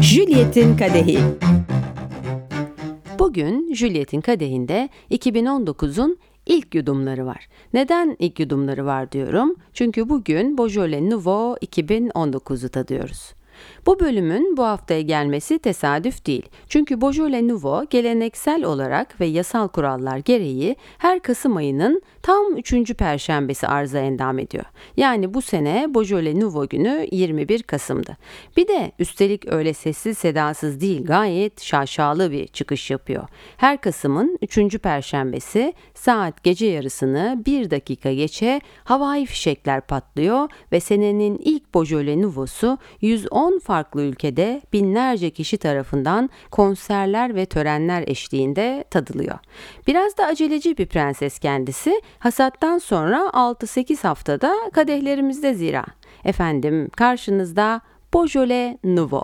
Juliet'in Kadehi. Bugün Juliet'in Kadehi'nde 2019'un ilk yudumları var. Neden ilk yudumları var diyorum? Çünkü bugün Beaujolais Nouveau 2019'u tadıyoruz. Bu bölümün bu haftaya gelmesi tesadüf değil. Çünkü Beaujolais Nouveau geleneksel olarak ve yasal kurallar gereği her Kasım ayının tam 3. Perşembesi arıza endam ediyor. Yani bu sene Beaujolais Nouveau günü 21 Kasım'dı. Bir de üstelik öyle sessiz sedasız değil, gayet şaşalı bir çıkış yapıyor. Her Kasım'ın 3. Perşembesi saat gece yarısını 1 dakika geçe havai fişekler patlıyor ve senenin ilk Beaujolais Nouveau'su 110 farklı ülkede binlerce kişi tarafından konserler ve törenler eşliğinde tadılıyor. Biraz da aceleci bir prenses kendisi. Hasattan sonra 6-8 haftada kadehlerimizde zira. Efendim, karşınızda Beaujolais Nouveau.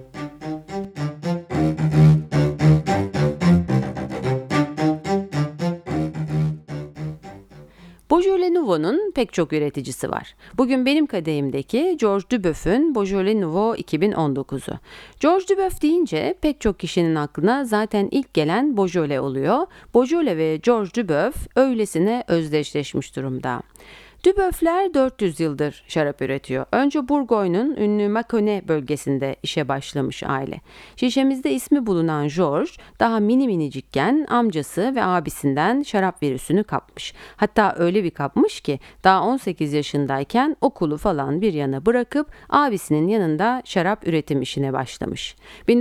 Beaujolais Nouveau'nun pek çok üreticisi var. Bugün benim kadehimdeki Georges Duboeuf'ün Beaujolais Nouveau 2019'u. Georges Duboeuf deyince pek çok kişinin aklına zaten ilk gelen Beaujolais oluyor. Beaujolais ve Georges Duboeuf öylesine özdeşleşmiş durumda. Duboeuf'ler 400 yıldır şarap üretiyor. Önce Bourgogne'un ünlü Mâconnais bölgesinde işe başlamış aile. Şişemizde ismi bulunan Georges daha minicikken amcası ve abisinden şarap virüsünü kapmış. Hatta öyle bir kapmış ki daha 18 yaşındayken okulu falan bir yana bırakıp abisinin yanında şarap üretim işine başlamış.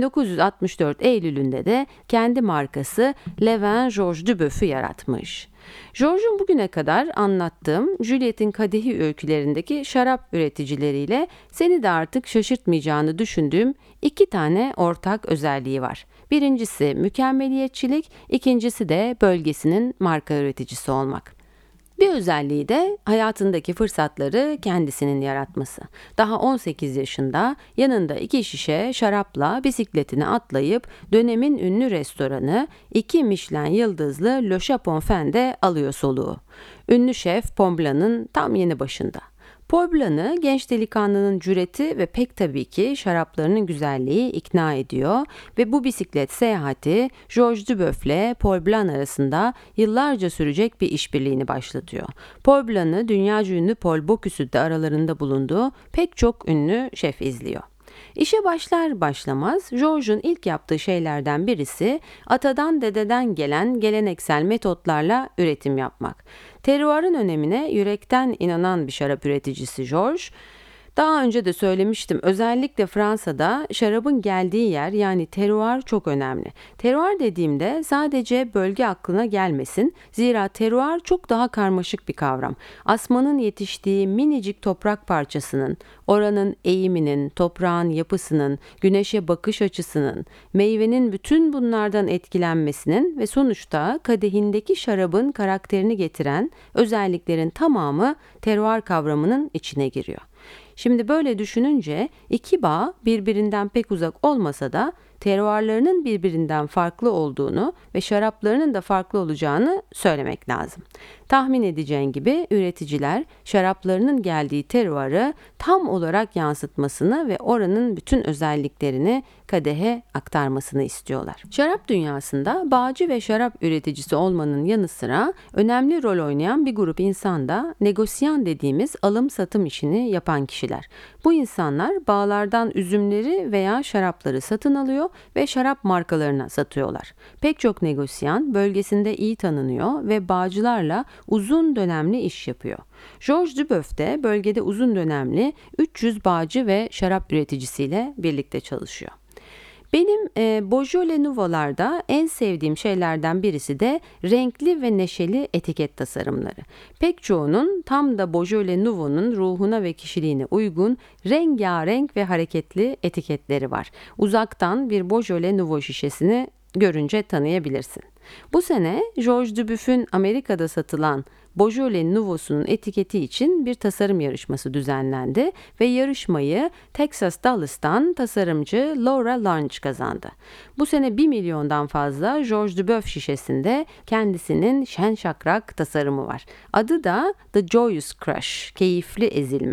1964 Eylül'ünde de kendi markası Le Vin Georges Duboeuf'u yaratmış. Georges'un bugüne kadar anlattığım Juliet'in Kadehi öykülerindeki şarap üreticileriyle seni de artık şaşırtmayacağını düşündüğüm 2 tane ortak özelliği var. Birincisi mükemmeliyetçilik, ikincisi de bölgesinin marka üreticisi olmak. Bir özelliği de hayatındaki fırsatları kendisinin yaratması. Daha 18 yaşında yanında 2 şişe şarapla bisikletine atlayıp dönemin ünlü restoranı 2 Michelin yıldızlı Le Chapon-Fen'de alıyor soluğu. Ünlü şef Pomblan'ın tam yeni başında. Paul Blanc'ı genç delikanlının cüreti ve pek tabii ki şaraplarının güzelliği ikna ediyor ve bu bisiklet seyahati Georges Duboeuf ile Paul Blanc arasında yıllarca sürecek bir işbirliğini başlatıyor. Paul Blanc'ı dünyaca ünlü Paul Bocuse de aralarında bulunduğu pek çok ünlü şef izliyor. İşe başlar başlamaz Georges'un ilk yaptığı şeylerden birisi atadan dededen gelen geleneksel metotlarla üretim yapmak. Terroir'ın önemine yürekten inanan bir şarap üreticisi Georges. Daha önce de söylemiştim, özellikle Fransa'da şarabın geldiği yer yani terroir çok önemli. Terroir dediğimde sadece bölge aklına gelmesin. Zira terroir çok daha karmaşık bir kavram. Asmanın yetiştiği minicik toprak parçasının, oranın eğiminin, toprağın yapısının, güneşe bakış açısının, meyvenin bütün bunlardan etkilenmesinin ve sonuçta kadehindeki şarabın karakterini getiren özelliklerin tamamı terroir kavramının içine giriyor. Şimdi böyle düşününce iki bağ birbirinden pek uzak olmasa da terroirlarının birbirinden farklı olduğunu ve şaraplarının da farklı olacağını söylemek lazım. Tahmin edeceğin gibi üreticiler şaraplarının geldiği terroirı tam olarak yansıtmasını ve oranın bütün özelliklerini kadehe aktarmasını istiyorlar. Şarap dünyasında bağcı ve şarap üreticisi olmanın yanı sıra önemli rol oynayan bir grup insan da negosyan dediğimiz alım-satım işini yapan kişiler. Bu insanlar bağlardan üzümleri veya şarapları satın alıyor ve şarap markalarına satıyorlar. Pek çok negosyan bölgesinde iyi tanınıyor ve bağcılarla uzun dönemli iş yapıyor. Georges Duboeuf de bölgede uzun dönemli 300 bağcı ve şarap üreticisiyle birlikte çalışıyor. Benim Beaujolais Nouveau'larda en sevdiğim şeylerden birisi de renkli ve neşeli etiket tasarımları. Pek çoğunun tam da Beaujolais Nouveau'nun ruhuna ve kişiliğine uygun rengarenk ve hareketli etiketleri var. Uzaktan bir Beaujolais Nouveau şişesini görünce tanıyabilirsin. Bu sene Georges Duboeuf'ün Amerika'da satılan Beaujolais Nouveau'sunun etiketi için bir tasarım yarışması düzenlendi ve yarışmayı Texas Dallas'tan tasarımcı Laura Lange kazandı. Bu sene 1 milyondan fazla Georges Duboeuf şişesinde kendisinin şen şakrak tasarımı var. Adı da The Joyous Crush, keyifli ezilme.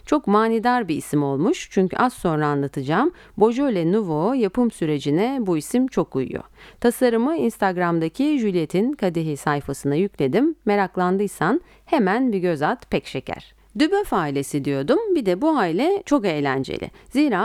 Çok manidar bir isim olmuş çünkü az sonra anlatacağım Beaujolais Nouveau yapım sürecine bu isim çok uyuyor. Tasarımı Instagram'daki Juliet'in Kadehi sayfasına yükledim. Meraklandıysan hemen bir göz at, pek şeker. Duboeuf ailesi diyordum. Bir de bu aile çok eğlenceli. Zira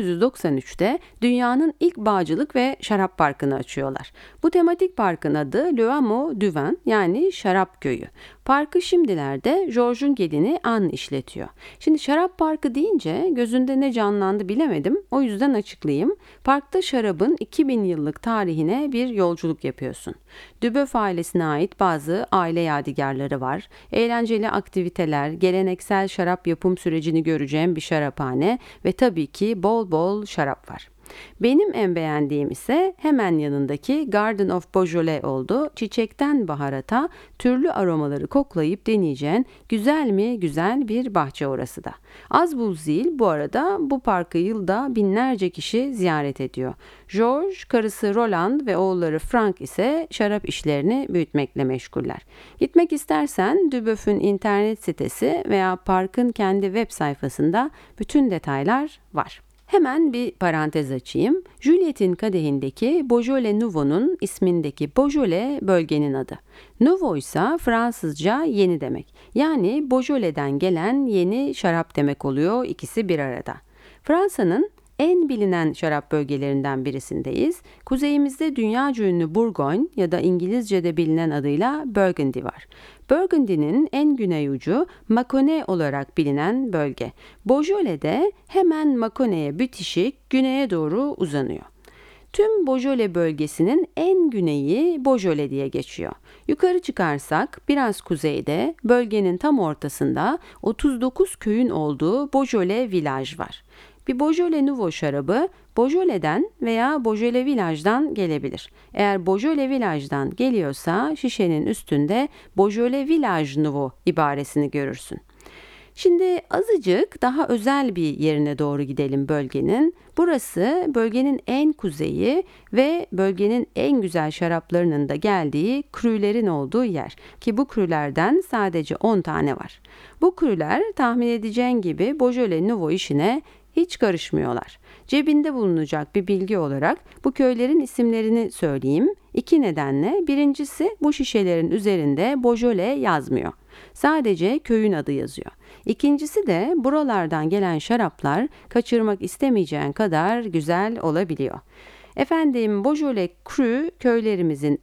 1993'te dünyanın ilk bağcılık ve şarap parkını açıyorlar. Bu tematik parkın adı Le Hameau du Vin, yani şarap köyü. Parkı şimdilerde Georges'un gelini Anne işletiyor. Şimdi şarap parkı deyince gözünde ne canlandı bilemedim. O yüzden açıklayayım. Parkta şarabın 2000 yıllık tarihine bir yolculuk yapıyorsun. Duboeuf ailesine ait bazı aile yadigarları var. Eğlenceli aktiviteler, geleneksel şarap yapım sürecini göreceğim bir şaraphane ve tabii ki bol bol şarap var. Benim en beğendiğim ise hemen yanındaki Garden of Beaujolais oldu. Çiçekten baharata türlü aromaları koklayıp deneyeceğin güzel mi güzel bir bahçe orası da. Az buz değil, bu arada bu parkı yılda binlerce kişi ziyaret ediyor. Georges, karısı Roland ve oğulları Frank ise şarap işlerini büyütmekle meşguller. Gitmek istersen Duboeuf'ün internet sitesi veya parkın kendi web sayfasında bütün detaylar var. Hemen bir parantez açayım. Juliet'in kadehindeki Beaujolais Nouveau'nun ismindeki Beaujolais bölgenin adı. Nouveau ise Fransızca yeni demek. Yani Beaujolais'den gelen yeni şarap demek oluyor, ikisi bir arada. Fransa'nın en bilinen şarap bölgelerinden birisindeyiz. Kuzeyimizde dünyaca ünlü Bourgogne ya da İngilizce'de bilinen adıyla Burgundy var. Burgundy'nin en güney ucu Mâconnais olarak bilinen bölge. Beaujolais'de hemen Mâconnais'e bitişik güneye doğru uzanıyor. Tüm Beaujolais bölgesinin en güneyi Beaujolais diye geçiyor. Yukarı çıkarsak biraz kuzeyde bölgenin tam ortasında 39 köyün olduğu Beaujolais Village var. Bir Beaujolais Nouveau şarabı Beaujolais'den veya Beaujolais Village'dan gelebilir. Eğer Beaujolais Village'dan geliyorsa şişenin üstünde Beaujolais Village Nouveau ibaresini görürsün. Şimdi azıcık daha özel bir yerine doğru gidelim bölgenin. Burası bölgenin en kuzeyi ve bölgenin en güzel şaraplarının da geldiği krülerin olduğu yer. Ki bu krülerden sadece 10 tane var. Bu krüler tahmin edeceğin gibi Beaujolais Nouveau işine hiç karışmıyorlar. Cebinde bulunacak bir bilgi olarak bu köylerin isimlerini söyleyeyim. 2 nedenle. Birincisi, bu şişelerin üzerinde Beaujolais yazmıyor. Sadece köyün adı yazıyor. İkincisi de buralardan gelen şaraplar kaçırmak istemeyeceğin kadar güzel olabiliyor. Efendim, Beaujolais Cru köylerimizin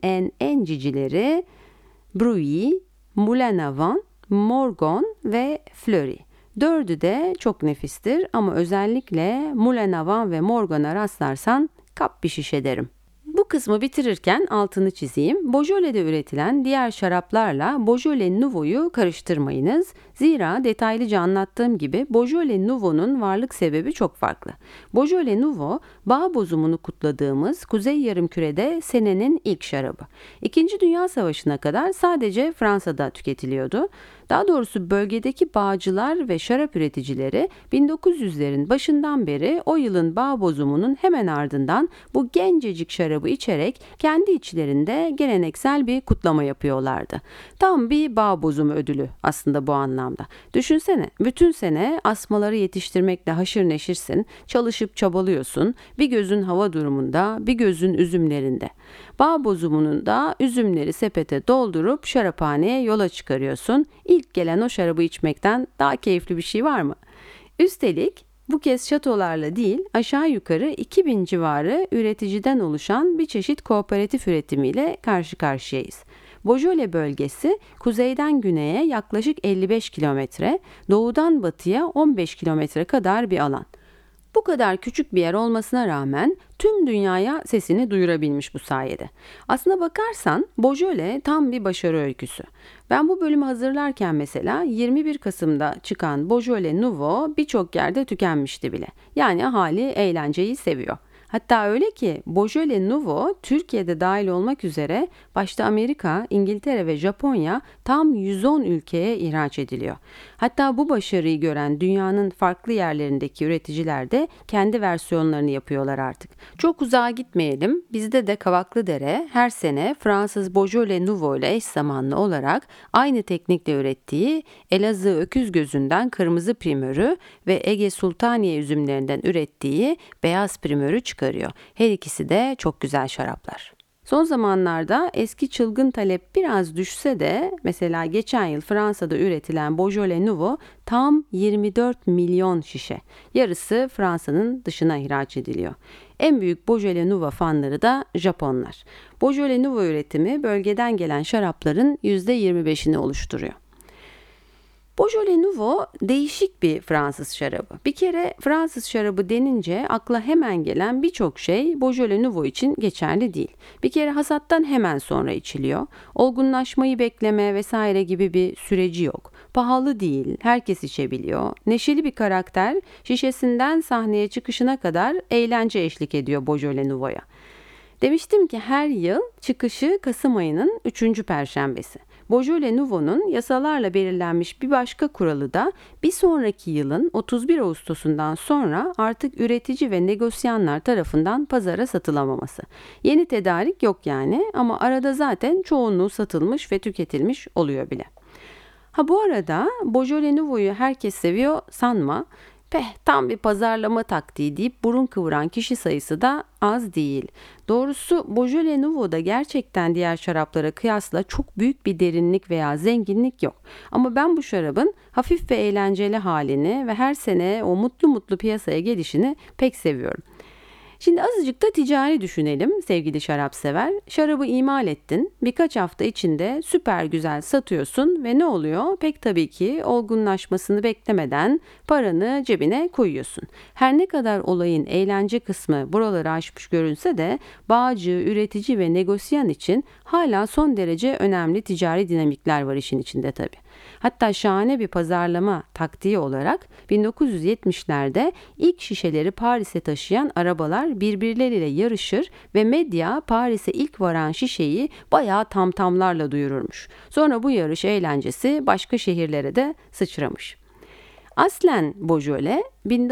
en cicileri Brouilly, Moulin-à-Vent, Morgon ve Fleury. Dördü de çok nefistir ama özellikle Moulin-à-Vent ve Morgon'a rastlarsan kap bir şişe derim. Bu kısmı bitirirken altını çizeyim. Beaujolais'de üretilen diğer şaraplarla Beaujolais Nouveau'yu karıştırmayınız. Zira detaylıca anlattığım gibi Beaujolais Nouveau'nun varlık sebebi çok farklı. Beaujolais Nouveau, bağ bozumunu kutladığımız Kuzey Yarımküre'de senenin ilk şarabı. İkinci Dünya Savaşı'na kadar sadece Fransa'da tüketiliyordu. Daha doğrusu bölgedeki bağcılar ve şarap üreticileri 1900'lerin başından beri o yılın bağ bozumunun hemen ardından bu gencecik şarabı içerek kendi içlerinde geleneksel bir kutlama yapıyorlardı. Tam bir bağ bozumu ödülü aslında bu anlamda. Düşünsene, bütün sene asmaları yetiştirmekle haşır neşirsin, çalışıp çabalıyorsun, bir gözün hava durumunda, bir gözün üzümlerinde. Bağ bozumunun da üzümleri sepete doldurup şaraphaneye yola çıkarıyorsun. İlk gelen o şarabı içmekten daha keyifli bir şey var mı? Üstelik bu kez şatolarla değil, aşağı yukarı 2000 civarı üreticiden oluşan bir çeşit kooperatif üretimiyle karşı karşıyayız. Beaujolais bölgesi kuzeyden güneye yaklaşık 55 kilometre, doğudan batıya 15 kilometre kadar bir alan. Bu kadar küçük bir yer olmasına rağmen tüm dünyaya sesini duyurabilmiş bu sayede. Aslına bakarsan Beaujolais tam bir başarı öyküsü. Ben bu bölümü hazırlarken mesela 21 Kasım'da çıkan Beaujolais Nouveau birçok yerde tükenmişti bile. Yani ahali eğlenceyi seviyor. Hatta öyle ki Beaujolais Nouveau Türkiye'de dahil olmak üzere başta Amerika, İngiltere ve Japonya tam 110 ülkeye ihraç ediliyor. Hatta bu başarıyı gören dünyanın farklı yerlerindeki üreticiler de kendi versiyonlarını yapıyorlar artık. Çok uzağa gitmeyelim. Bizde de Kavaklıdere her sene Fransız Beaujolais Nouveau ile eş zamanlı olarak aynı teknikle ürettiği Elazığ öküz gözünden kırmızı primörü ve Ege Sultaniye üzümlerinden ürettiği beyaz primörü çıkarıyor. Her ikisi de çok güzel şaraplar. Son zamanlarda eski çılgın talep biraz düşse de mesela geçen yıl Fransa'da üretilen Beaujolais Nouveau tam 24 milyon şişe. Yarısı Fransa'nın dışına ihraç ediliyor. En büyük Beaujolais Nouveau fanları da Japonlar. Beaujolais Nouveau üretimi bölgeden gelen şarapların %25'ini oluşturuyor. Beaujolais Nouveau değişik bir Fransız şarabı. Bir kere Fransız şarabı denince akla hemen gelen birçok şey Beaujolais Nouveau için geçerli değil. Bir kere hasattan hemen sonra içiliyor. Olgunlaşmayı bekleme vesaire gibi bir süreci yok. Pahalı değil, herkes içebiliyor. Neşeli bir karakter, şişesinden sahneye çıkışına kadar eğlence eşlik ediyor Beaujolais Nouveau'ya. Demiştim ki her yıl çıkışı Kasım ayının 3. Perşembesi. Beaujolais Nouveau'nun yasalarla belirlenmiş bir başka kuralı da bir sonraki yılın 31 Ağustos'undan sonra artık üretici ve negosyanlar tarafından pazara satılamaması. Yeni tedarik yok yani ama arada zaten çoğunluğu satılmış ve tüketilmiş oluyor bile. Bu arada Beaujolais Nouveau'yu herkes seviyor sanma. Tam bir pazarlama taktiği deyip burun kıvıran kişi sayısı da az değil. Doğrusu Beaujolais Nouveau'da gerçekten diğer şaraplara kıyasla çok büyük bir derinlik veya zenginlik yok. Ama ben bu şarabın hafif ve eğlenceli halini ve her sene o mutlu mutlu piyasaya gelişini pek seviyorum. Şimdi azıcık da ticari düşünelim sevgili şarap sever. Şarabı imal ettin, birkaç hafta içinde süper güzel satıyorsun ve ne oluyor? Pek tabii ki olgunlaşmasını beklemeden paranı cebine koyuyorsun. Her ne kadar olayın eğlence kısmı buraları aşmış görünse de bağcı, üretici ve negosyan için hala son derece önemli ticari dinamikler var işin içinde tabii. Hatta şahane bir pazarlama taktiği olarak 1970'lerde ilk şişeleri Paris'e taşıyan arabalar birbirleriyle yarışır ve medya Paris'e ilk varan şişeyi bayağı tamtamlarla duyururmuş. Sonra bu yarış eğlencesi başka şehirlere de sıçramış. Aslen Beaujolais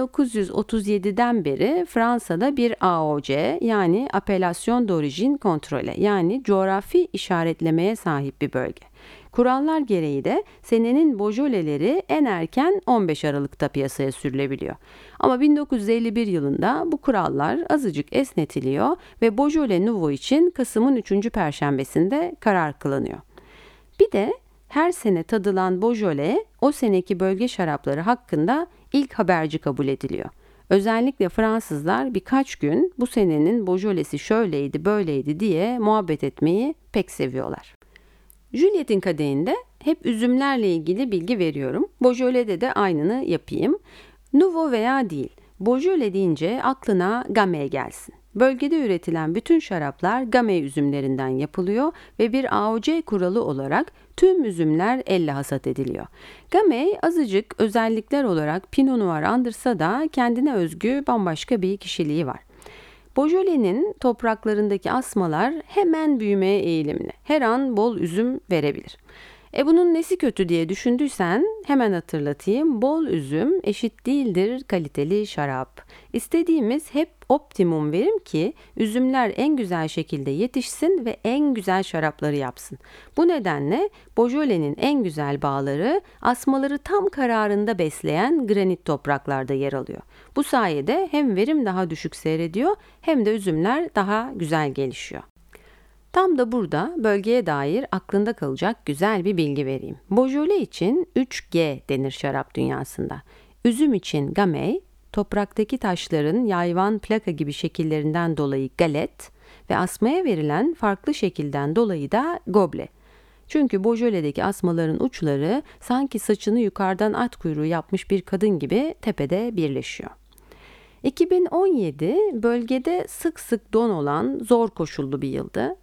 1937'den beri Fransa'da bir AOC yani Appellation d'Origine Contrôlée yani coğrafi işaretlemeye sahip bir bölge. Kurallar gereği de senenin Beaujolais'leri en erken 15 Aralık'ta piyasaya sürülebiliyor. Ama 1951 yılında bu kurallar azıcık esnetiliyor ve Beaujolais Nouveau için Kasım'ın 3. Perşembesinde karar kılınıyor. Bir de her sene tadılan Beaujolais o seneki bölge şarapları hakkında ilk haberci kabul ediliyor. Özellikle Fransızlar birkaç gün bu senenin Beaujolais'i şöyleydi böyleydi diye muhabbet etmeyi pek seviyorlar. Juliet'in kadehinde hep üzümlerle ilgili bilgi veriyorum. Beaujolais'de de aynını yapayım. Nouveau veya değil. Beaujolais deyince aklına Gamay gelsin. Bölgede üretilen bütün şaraplar Gamay üzümlerinden yapılıyor ve bir AOC kuralı olarak tüm üzümler elle hasat ediliyor. Gamay azıcık özellikler olarak Pinot Noir andırsa da kendine özgü bambaşka bir kişiliği var. Beaujolais'nin topraklarındaki asmalar hemen büyümeye eğilimli. Her an bol üzüm verebilir. Bunun nesi kötü diye düşündüysen hemen hatırlatayım. Bol üzüm eşit değildir kaliteli şarap. İstediğimiz hep optimum verim ki üzümler en güzel şekilde yetişsin ve en güzel şarapları yapsın. Bu nedenle Beaujolais'nin en güzel bağları asmaları tam kararında besleyen granit topraklarda yer alıyor. Bu sayede hem verim daha düşük seyrediyor hem de üzümler daha güzel gelişiyor. Tam da burada bölgeye dair aklında kalacak güzel bir bilgi vereyim. Beaujolais için 3G denir şarap dünyasında. Üzüm için Gamay, topraktaki taşların yayvan plaka gibi şekillerinden dolayı galet ve asmaya verilen farklı şekilden dolayı da goble. Çünkü Beaujolais'deki asmaların uçları sanki saçını yukarıdan at kuyruğu yapmış bir kadın gibi tepede birleşiyor. 2017 bölgede sık sık don olan zor koşullu bir yıldı.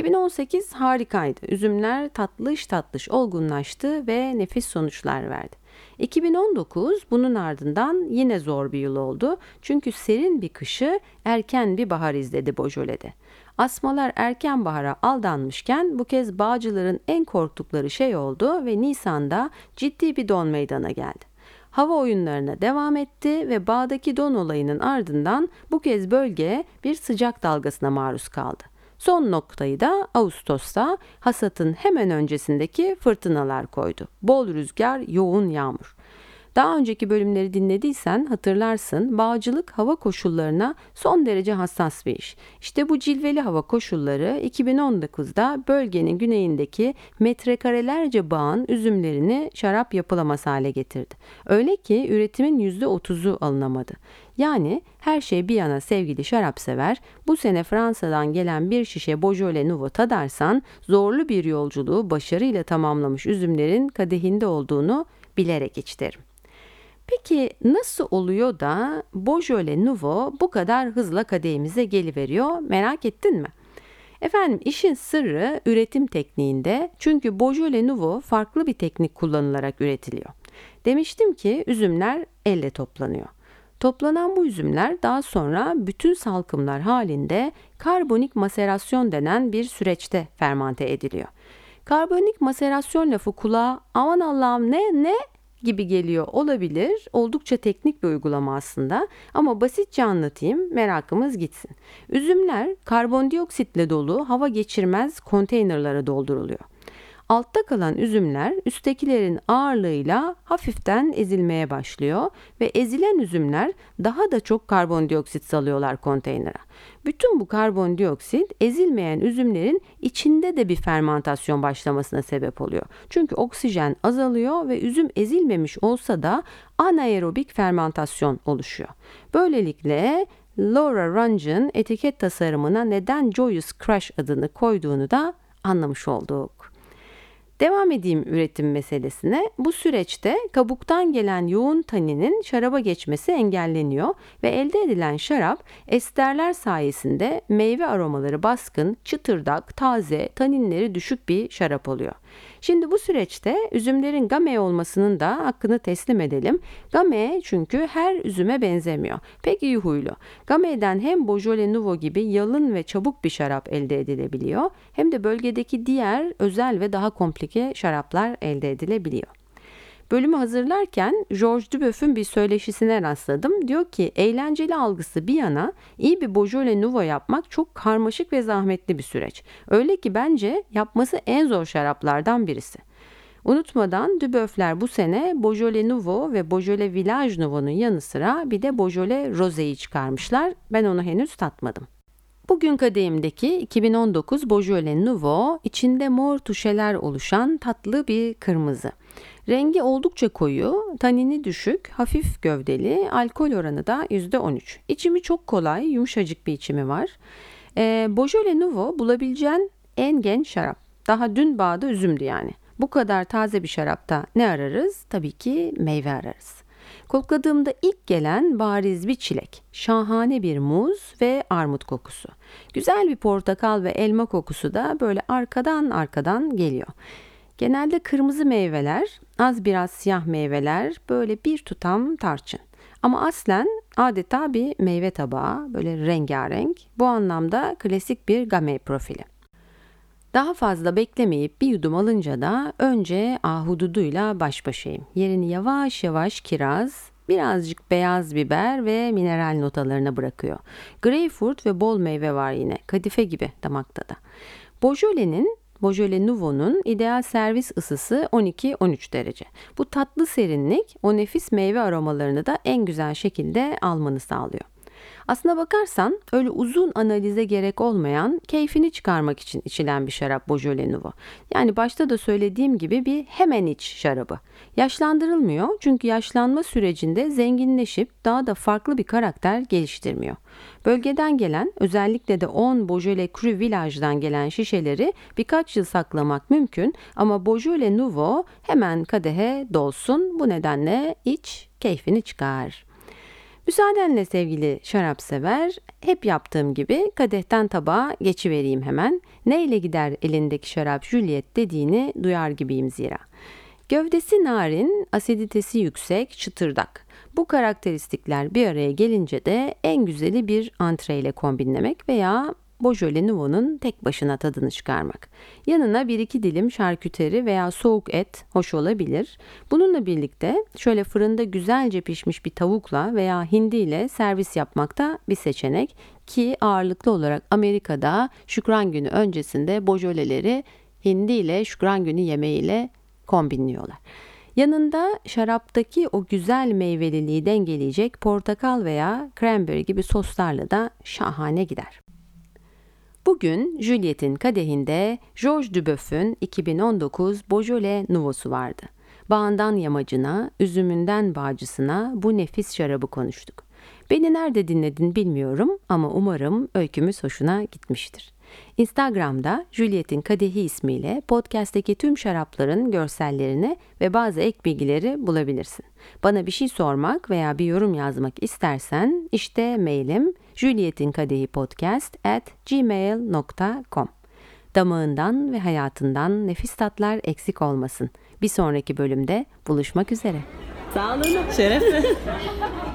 2018 harikaydı. Üzümler tatlış tatlış olgunlaştı ve nefis sonuçlar verdi. 2019 bunun ardından yine zor bir yıl oldu. Çünkü serin bir kışı, erken bir bahar izledi Beaujolai'de. Asmalar erken bahara aldanmışken bu kez bağcıların en korktukları şey oldu ve Nisan'da ciddi bir don meydana geldi. Hava oyunlarına devam etti ve bağdaki don olayının ardından bu kez bölge bir sıcak dalgasına maruz kaldı. Son noktayı da Ağustos'ta hasatın hemen öncesindeki fırtınalar koydu. Bol rüzgar, yoğun yağmur. Daha önceki bölümleri dinlediysen hatırlarsın, bağcılık hava koşullarına son derece hassas bir iş. İşte bu cilveli hava koşulları 2019'da bölgenin güneyindeki metrekarelerce bağın üzümlerini şarap yapılamaz hale getirdi. Öyle ki üretimin %30'u alınamadı. Yani her şey bir yana sevgili şarapsever, bu sene Fransa'dan gelen bir şişe Beaujolais Nouveau tadarsan zorlu bir yolculuğu başarıyla tamamlamış üzümlerin kadehinde olduğunu bilerek iç derim. Peki nasıl oluyor da Beaujolais Nouveau bu kadar hızla kadehimize geliveriyor, merak ettin mi? Efendim, işin sırrı üretim tekniğinde, çünkü Beaujolais Nouveau farklı bir teknik kullanılarak üretiliyor. Demiştim ki üzümler elle toplanıyor. Toplanan bu üzümler daha sonra bütün salkımlar halinde karbonik maserasyon denen bir süreçte fermante ediliyor. Karbonik maserasyon lafı kulağa aman Allah'ım ne gibi geliyor olabilir. Oldukça teknik bir uygulama aslında ama basitçe anlatayım, merakımız gitsin. Üzümler karbondioksitle dolu hava geçirmez konteynerlara dolduruluyor. Altta kalan üzümler üsttekilerin ağırlığıyla hafiften ezilmeye başlıyor ve ezilen üzümler daha da çok karbondioksit salıyorlar konteynere. Bütün bu karbondioksit ezilmeyen üzümlerin içinde de bir fermantasyon başlamasına sebep oluyor. Çünkü oksijen azalıyor ve üzüm ezilmemiş olsa da anaerobik fermantasyon oluşuyor. Böylelikle Laura Range'ın etiket tasarımına neden Joyous Crush adını koyduğunu da anlamış olduk. Devam edeyim üretim meselesine. Bu süreçte kabuktan gelen yoğun taninin şaraba geçmesi engelleniyor ve elde edilen şarap esterler sayesinde meyve aromaları baskın, çıtırdak, taze, taninleri düşük bir şarap oluyor. Şimdi bu süreçte üzümlerin Gamay olmasının da hakkını teslim edelim. Gamay çünkü her üzüme benzemiyor. Pek iyi huylu. Gamay'den hem Beaujolais Nouveau gibi yalın ve çabuk bir şarap elde edilebiliyor, hem de bölgedeki diğer özel ve daha komplike şaraplar elde edilebiliyor. Bölümü hazırlarken Georges Duboeuf'ün bir söyleşisine rastladım. Diyor ki eğlenceli algısı bir yana iyi bir Beaujolais Nouveau yapmak çok karmaşık ve zahmetli bir süreç. Öyle ki bence yapması en zor şaraplardan birisi. Unutmadan Duboeuf'ler bu sene Beaujolais Nouveau ve Beaujolais Village Nouveau'nun yanı sıra bir de Beaujolais Rosé'yi çıkarmışlar. Ben onu henüz tatmadım. Bugün kadehimdeki 2019 Beaujolais Nouveau içinde mor tuşeler oluşan tatlı bir kırmızı. Rengi oldukça koyu, tanini düşük, hafif gövdeli, alkol oranı da %13. İçimi çok kolay, yumuşacık bir içimi var. Beaujolais Nouveau bulabileceğin en genç şarap. Daha dün bağda üzümdü yani. Bu kadar taze bir şarapta ne ararız? Tabii ki meyve ararız. Kokladığımda ilk gelen bariz bir çilek, şahane bir muz ve armut kokusu. Güzel bir portakal ve elma kokusu da böyle arkadan geliyor. Genelde kırmızı meyveler, az biraz siyah meyveler, böyle bir tutam tarçın. Ama aslen adeta bir meyve tabağı, böyle rengarenk. Bu anlamda klasik bir Gamay profili. Daha fazla beklemeyip bir yudum alınca da önce ahududuyla baş başayım. Yerini yavaş yavaş kiraz, birazcık beyaz biber ve mineral notalarına bırakıyor. Greyfurt ve bol meyve var yine, kadife gibi damakta da. Beaujolais Nouveau'nun ideal servis ısısı 12-13 derece. Bu tatlı serinlik o nefis meyve aromalarını da en güzel şekilde almanı sağlıyor. Aslına bakarsan öyle uzun analize gerek olmayan, keyfini çıkarmak için içilen bir şarap Beaujolais Nouveau. Yani başta da söylediğim gibi bir hemen iç şarabı. Yaşlandırılmıyor çünkü yaşlanma sürecinde zenginleşip daha da farklı bir karakter geliştirmiyor. Bölgeden gelen, özellikle de 10 Beaujolais Cru Village'dan gelen şişeleri birkaç yıl saklamak mümkün ama Beaujolais Nouveau hemen kadehe dolsun. Bu nedenle iç, keyfini çıkar. Müsaadenle sevgili şarapsever, hep yaptığım gibi kadehten tabağa geçivereyim hemen. Neyle gider elindeki şarap Juliet dediğini duyar gibiyim zira. Gövdesi narin, asiditesi yüksek, çıtırdak. Bu karakteristikler bir araya gelince de en güzeli bir antreyle kombinlemek veya Beaujolais Nouveau'nun tek başına tadını çıkarmak. Yanına 1-2 dilim şarküteri veya soğuk et hoş olabilir. Bununla birlikte şöyle fırında güzelce pişmiş bir tavukla veya hindiyle servis yapmak da bir seçenek ki ağırlıklı olarak Amerika'da Şükran Günü öncesinde Beaujolais'leri hindi ile Şükran Günü yemeğiyle kombinliyorlar. Yanında şaraptaki o güzel meyveliliği dengeleyecek portakal veya cranberry gibi soslarla da şahane gider. Bugün Juliet'in kadehinde Georges Duboeuf'ün 2019 Beaujolais Nouveau'su vardı. Bağından yamacına, üzümünden bağcısına bu nefis şarabı konuştuk. Beni nerede dinledin bilmiyorum ama umarım öykümüz hoşuna gitmiştir. Instagram'da Juliet'in Kadehi ismiyle podcast'teki tüm şarapların görsellerini ve bazı ek bilgileri bulabilirsin. Bana bir şey sormak veya bir yorum yazmak istersen işte mailim julietinkadehipodcast@gmail.com. Damağından ve hayatından nefis tatlar eksik olmasın. Bir sonraki bölümde buluşmak üzere. Sağ olun. Şeref mi?